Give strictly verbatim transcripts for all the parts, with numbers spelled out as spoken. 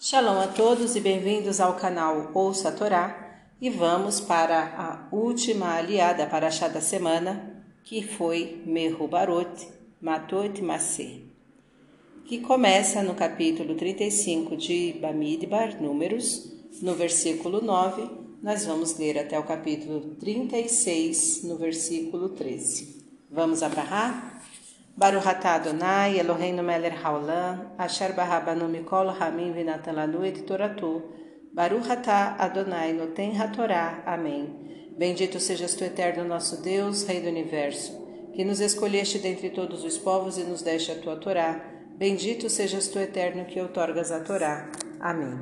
Shalom a todos e bem-vindos ao canal Ouça a Torá, e vamos para a última aliada Parashá da semana, que foi Mehubarot, Matot Maseh, que começa no capítulo trinta e cinco de Bamidbar, Números, no versículo nove. Nós vamos ler até o capítulo trinta e seis, no versículo treze. Vamos abrahar? Baruch atah Adonai, Eloheinu melech haolam, asher barabanu mikol hamim v'natan lanu et toratu. Baruch atah Adonai noten hatorá. Amém. Bendito sejas tu, eterno nosso Deus, Rei do Universo, que nos escolheste dentre todos os povos e nos deste a tua Torá. Bendito sejas tu, eterno, que outorgas a Torá. Amém.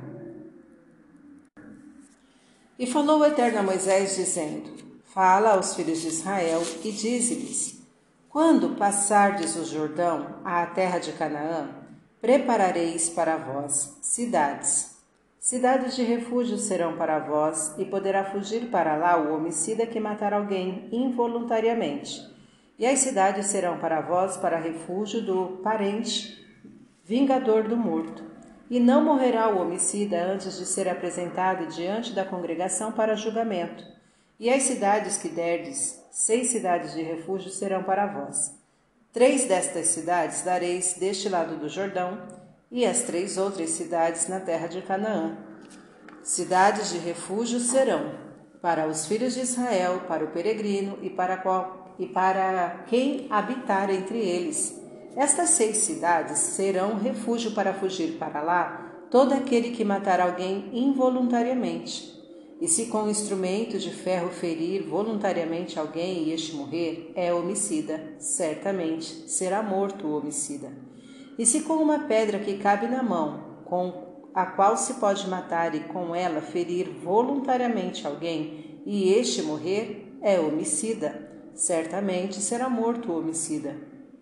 E falou o Eterno a Moisés, dizendo: Fala aos filhos de Israel e dize-lhes: Quando passardes o Jordão à terra de Canaã, preparareis para vós cidades. Cidades de refúgio serão para vós, e poderá fugir para lá o homicida que matar alguém involuntariamente. E as cidades serão para vós para refúgio do parente vingador do morto. E não morrerá o homicida antes de ser apresentado diante da congregação para julgamento. E as cidades que derdes, seis cidades de refúgio serão para vós. Três destas cidades dareis deste lado do Jordão, e as três outras cidades na terra de Canaã. Cidades de refúgio serão para os filhos de Israel, para o peregrino e para, qual, e para quem habitar entre eles. Estas seis cidades serão refúgio para fugir para lá todo aquele que matar alguém involuntariamente. E se com instrumento de ferro ferir voluntariamente alguém e este morrer, é homicida, certamente será morto o homicida. E se com uma pedra que cabe na mão, com a qual se pode matar e com ela ferir voluntariamente alguém, e este morrer, é homicida, certamente será morto o homicida.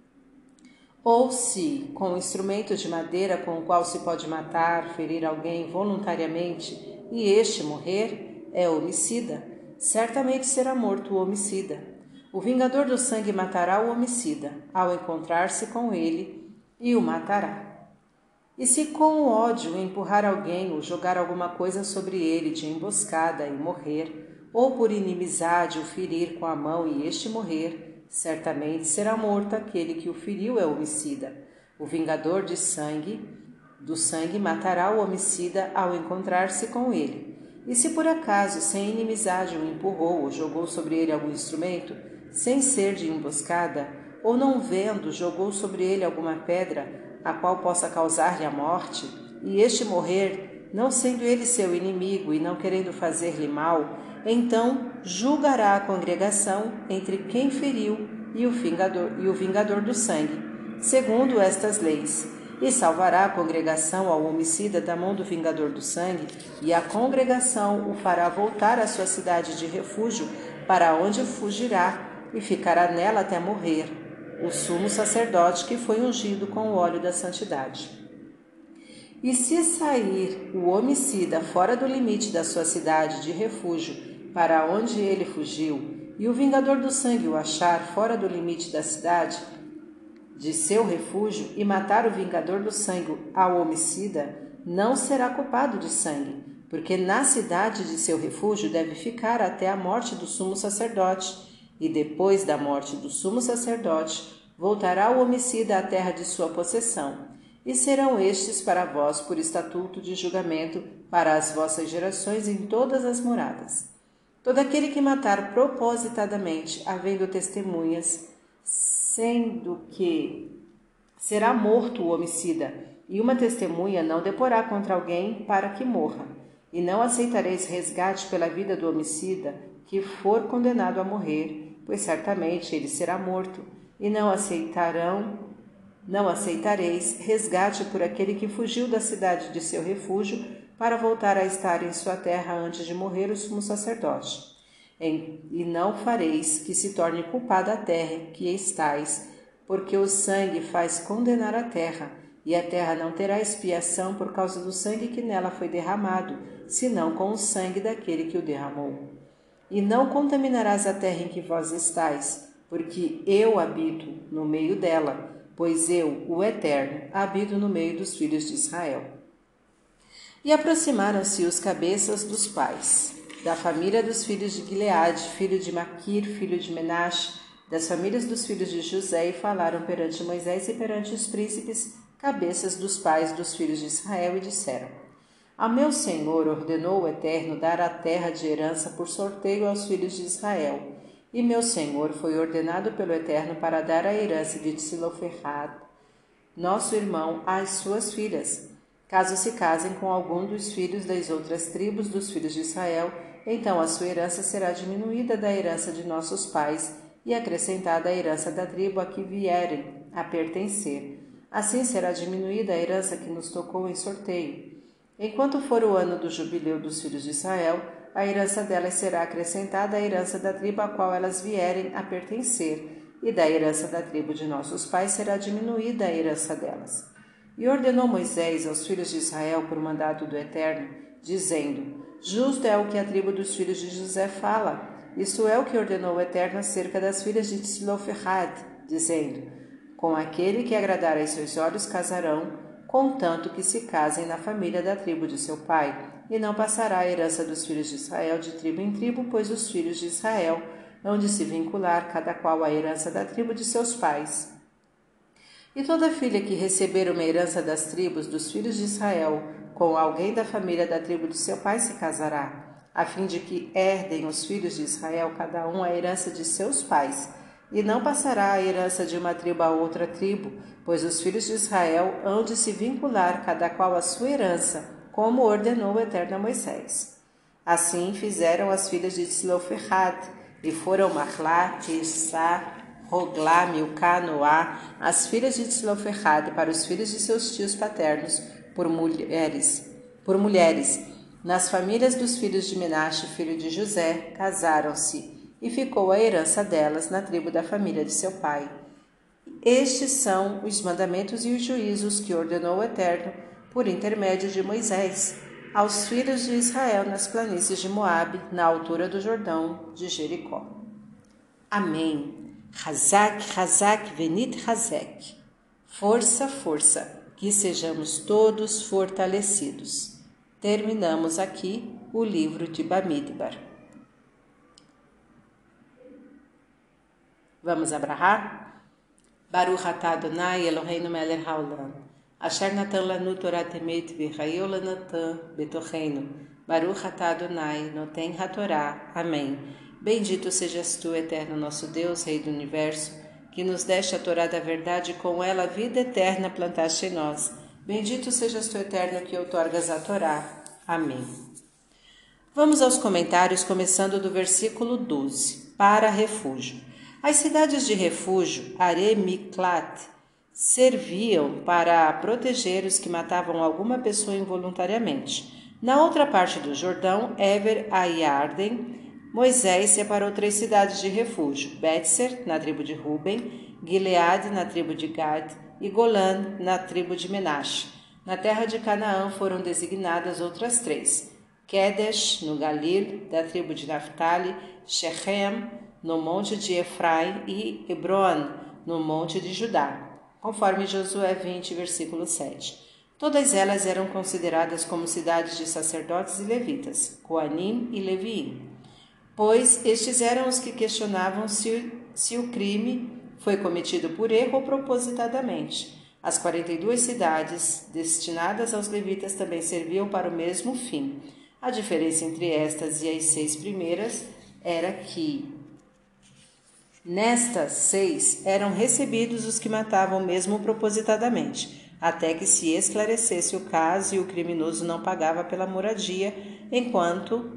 Ou se, com instrumento de madeira com o qual se pode matar, ferir alguém voluntariamente, e este morrer, é homicida, certamente será morto o homicida. O vingador do sangue matará o homicida, ao encontrar-se com ele, e o matará. E se com o ódio empurrar alguém ou jogar alguma coisa sobre ele de emboscada e morrer, ou por inimizade o ferir com a mão e este morrer, certamente será morto aquele que o feriu, é homicida. O vingador de sangue, do sangue matará o homicida ao encontrar-se com ele. E se por acaso, sem inimizade, o empurrou ou jogou sobre ele algum instrumento, sem ser de emboscada, ou não vendo, jogou sobre ele alguma pedra, a qual possa causar-lhe a morte, e este morrer, não sendo ele seu inimigo e não querendo fazer-lhe mal, então julgará a congregação entre quem feriu e o vingador, e o vingador do sangue, segundo estas leis. E salvará a congregação ao homicida da mão do vingador do sangue, e a congregação o fará voltar à sua cidade de refúgio, para onde fugirá, e ficará nela até morrer, o sumo sacerdote que foi ungido com o óleo da santidade. E se sair o homicida fora do limite da sua cidade de refúgio, para onde ele fugiu, e o vingador do sangue o achar fora do limite da cidade de seu refúgio, e matar o vingador do sangue ao homicida, não será culpado de sangue, porque na cidade de seu refúgio deve ficar até a morte do sumo sacerdote, e depois da morte do sumo sacerdote, voltará o homicida à terra de sua possessão, e serão estes para vós por estatuto de julgamento para as vossas gerações em todas as moradas. Todo aquele que matar propositadamente, havendo testemunhas, sendo que será morto o homicida, e uma testemunha não deporá contra alguém para que morra. E não aceitareis resgate pela vida do homicida que for condenado a morrer, pois certamente ele será morto. E não aceitarão, não aceitareis resgate por aquele que fugiu da cidade de seu refúgio para voltar a estar em sua terra antes de morrer o sumo sacerdote. E não fareis que se torne culpada a terra que estais, porque o sangue faz condenar a terra, e a terra não terá expiação por causa do sangue que nela foi derramado, senão com o sangue daquele que o derramou. E não contaminarás a terra em que vós estais, porque eu habito no meio dela, pois eu, o Eterno, habito no meio dos filhos de Israel. E aproximaram-se os cabeças dos pais, da família dos filhos de Gileade, filho de Maquir, filho de Menaxe, das famílias dos filhos de José, e falaram perante Moisés e perante os príncipes, cabeças dos pais dos filhos de Israel, e disseram: A meu senhor ordenou o Eterno dar a terra de herança por sorteio aos filhos de Israel, e meu senhor foi ordenado pelo Eterno para dar a herança de Tziloferrad, nosso irmão, às suas filhas. Caso se casem com algum dos filhos das outras tribos dos filhos de Israel, então a sua herança será diminuída da herança de nossos pais e acrescentada à herança da tribo a que vierem a pertencer. Assim será diminuída a herança que nos tocou em sorteio. Enquanto for o ano do jubileu dos filhos de Israel, a herança delas será acrescentada à herança da tribo a qual elas vierem a pertencer, e da herança da tribo de nossos pais será diminuída a herança delas. E ordenou Moisés aos filhos de Israel por mandado do Eterno, dizendo: Justo é o que a tribo dos filhos de José fala. Isto é o que ordenou o Eterno acerca das filhas de Tziloferrad, dizendo: Com aquele que agradar aos seus olhos casarão, contanto que se casem na família da tribo de seu pai, e não passará a herança dos filhos de Israel de tribo em tribo, pois os filhos de Israel hão de se vincular cada qual à herança da tribo de seus pais. E toda filha que receber uma herança das tribos dos filhos de Israel com alguém da família da tribo de seu pai se casará, a fim de que herdem os filhos de Israel cada um a herança de seus pais, e não passará a herança de uma tribo a outra tribo, pois os filhos de Israel hão de se vincular cada qual à sua herança, como ordenou o Eterno a Moisés. Assim fizeram as filhas de Tziloferrad, e foram Mahlá, Isá, Roglá, Milcá, Noá, as filhas de Tziloferrad, para os filhos de seus tios paternos, por mulheres. Por mulheres. Nas famílias dos filhos de Menaxe, filho de José, casaram-se, e ficou a herança delas na tribo da família de seu pai. Estes são os mandamentos e os juízos que ordenou o Eterno, por intermédio de Moisés, aos filhos de Israel nas planícies de Moabe, na altura do Jordão de Jericó. Amém. Hazak, Hazak, Venit Hazek. Força, força, que sejamos todos fortalecidos. Terminamos aqui o livro de Bamidbar. Vamos abrahar? Baruch atah Adonai Eloheinu melech haolam. Asher natan lanu Torah temet v'chayou lanatan betocheinu. Baruch atah Adonai noten hatorá. Amém. Bendito sejas tu, Eterno nosso Deus, Rei do Universo, que nos deste a Torá da verdade e com ela a vida eterna plantaste em nós. Bendito sejas tu, Eterno, que outorgas a Torá. Amém. Vamos aos comentários, começando do versículo doze. Para refúgio. As cidades de refúgio, Aremiklat, serviam para proteger os que matavam alguma pessoa involuntariamente. Na outra parte do Jordão, Ever Ayarden, Moisés separou três cidades de refúgio: Betser, na tribo de Ruben, Gileade, na tribo de Gad, e Golã, na tribo de Menaxe. Na terra de Canaã foram designadas outras três: Kedesh, no Galil, da tribo de Naphtali, Shechem, no monte de Efraim, e Hebron, no monte de Judá, conforme Josué vinte, versículo sete. Todas elas eram consideradas como cidades de sacerdotes e levitas, Coanim e Leviim, pois estes eram os que questionavam se, se o crime foi cometido por erro ou propositadamente. As quarenta e duas cidades destinadas aos levitas também serviam para o mesmo fim. A diferença entre estas e as seis primeiras era que nestas seis eram recebidos os que matavam mesmo propositadamente, até que se esclarecesse o caso e o criminoso não pagava pela moradia, enquanto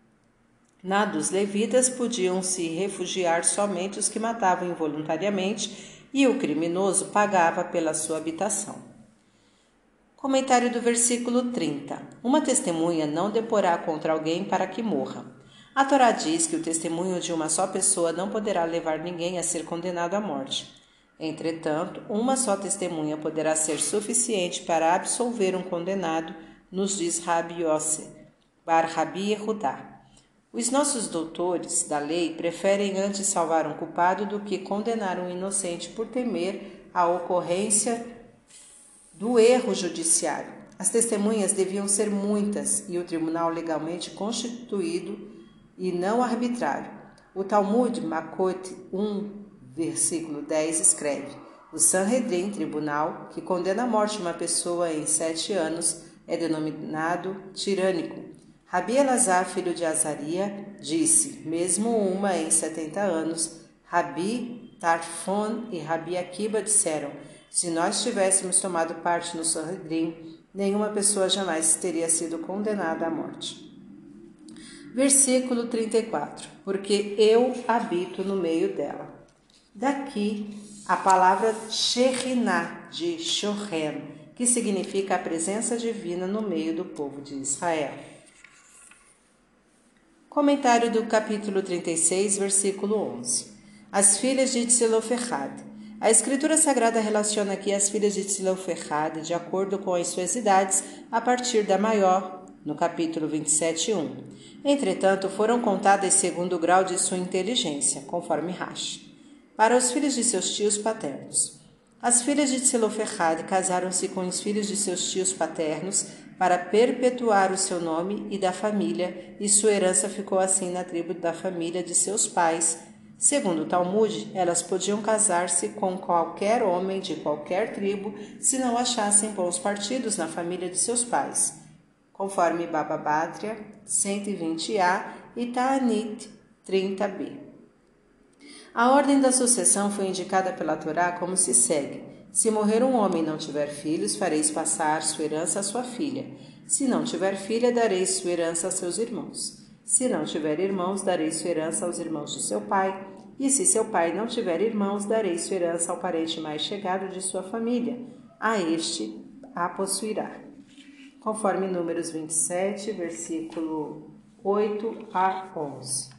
na dos levitas podiam se refugiar somente os que matavam involuntariamente e o criminoso pagava pela sua habitação. Comentário do versículo trinta. Uma testemunha não deporá contra alguém para que morra. A Torá diz que o testemunho de uma só pessoa não poderá levar ninguém a ser condenado à morte. Entretanto, uma só testemunha poderá ser suficiente para absolver um condenado, nos diz Rabi Yossi, Bar Rabi Yehudá. Os nossos doutores da lei preferem antes salvar um culpado do que condenar um inocente por temer a ocorrência do erro judiciário. As testemunhas deviam ser muitas e o tribunal legalmente constituído e não arbitrário. O Talmud Makot um, versículo dez, escreve: o Sanhedrin, tribunal, que condena à morte uma pessoa em sete anos, é denominado tirânico. Rabi Elazar, filho de Azaria, disse, mesmo uma em setenta anos, Rabi Tarfon e Rabi Akiba disseram, se nós tivéssemos tomado parte no Sanhedrin, nenhuma pessoa jamais teria sido condenada à morte. Versículo trinta e quatro. Porque eu habito no meio dela. Daqui a palavra Shekhinah, de Shohen, que significa a presença divina no meio do povo de Israel. Comentário do capítulo trinta e seis, versículo onze. As filhas de Tzelofehad. A Escritura Sagrada relaciona aqui as filhas de Tzelofehad de acordo com as suas idades a partir da maior, no capítulo vinte e sete, um. Entretanto, foram contadas segundo o grau de sua inteligência, conforme Rashi, para os filhos de seus tios paternos. As filhas de Tzelofehad casaram-se com os filhos de seus tios paternos para perpetuar o seu nome e da família, e sua herança ficou assim na tribo da família de seus pais. Segundo o Talmud, elas podiam casar-se com qualquer homem de qualquer tribo se não achassem bons partidos na família de seus pais, conforme Baba Bátria cento e vinte a e Ta'anit trinta b. A ordem da sucessão foi indicada pela Torá como se segue: se morrer um homem e não tiver filhos, fareis passar sua herança à sua filha. Se não tiver filha, dareis sua herança a seus irmãos. Se não tiver irmãos, dareis sua herança aos irmãos de seu pai. E se seu pai não tiver irmãos, dareis sua herança ao parente mais chegado de sua família. A este a possuirá. Conforme Números vinte e sete, versículo oito a onze.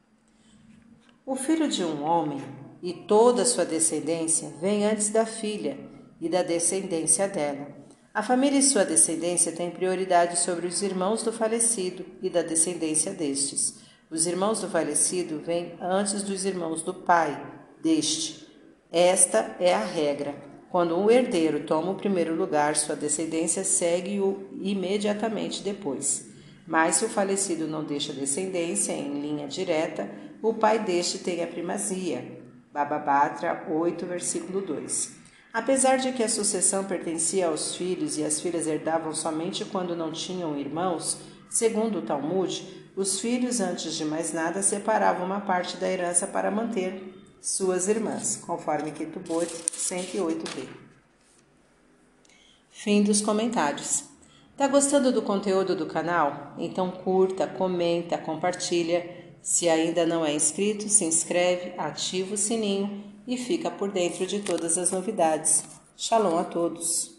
O filho de um homem e toda a sua descendência vem antes da filha e da descendência dela. A família e sua descendência têm prioridade sobre os irmãos do falecido e da descendência destes. Os irmãos do falecido vêm antes dos irmãos do pai deste. Esta é a regra. Quando um herdeiro toma o primeiro lugar, sua descendência segue-o imediatamente depois. Mas se o falecido não deixa descendência em linha direta, o pai deste tem a primazia. Baba Batra oito, versículo dois. Apesar de que a sucessão pertencia aos filhos e as filhas herdavam somente quando não tinham irmãos, segundo o Talmud, os filhos, antes de mais nada, separavam uma parte da herança para manter suas irmãs, conforme Ketubot cento e oito b. Fim dos comentários. Tá gostando do conteúdo do canal? Então curta, comenta, compartilha. Se ainda não é inscrito, se inscreve, ativa o sininho e fica por dentro de todas as novidades. Shalom a todos!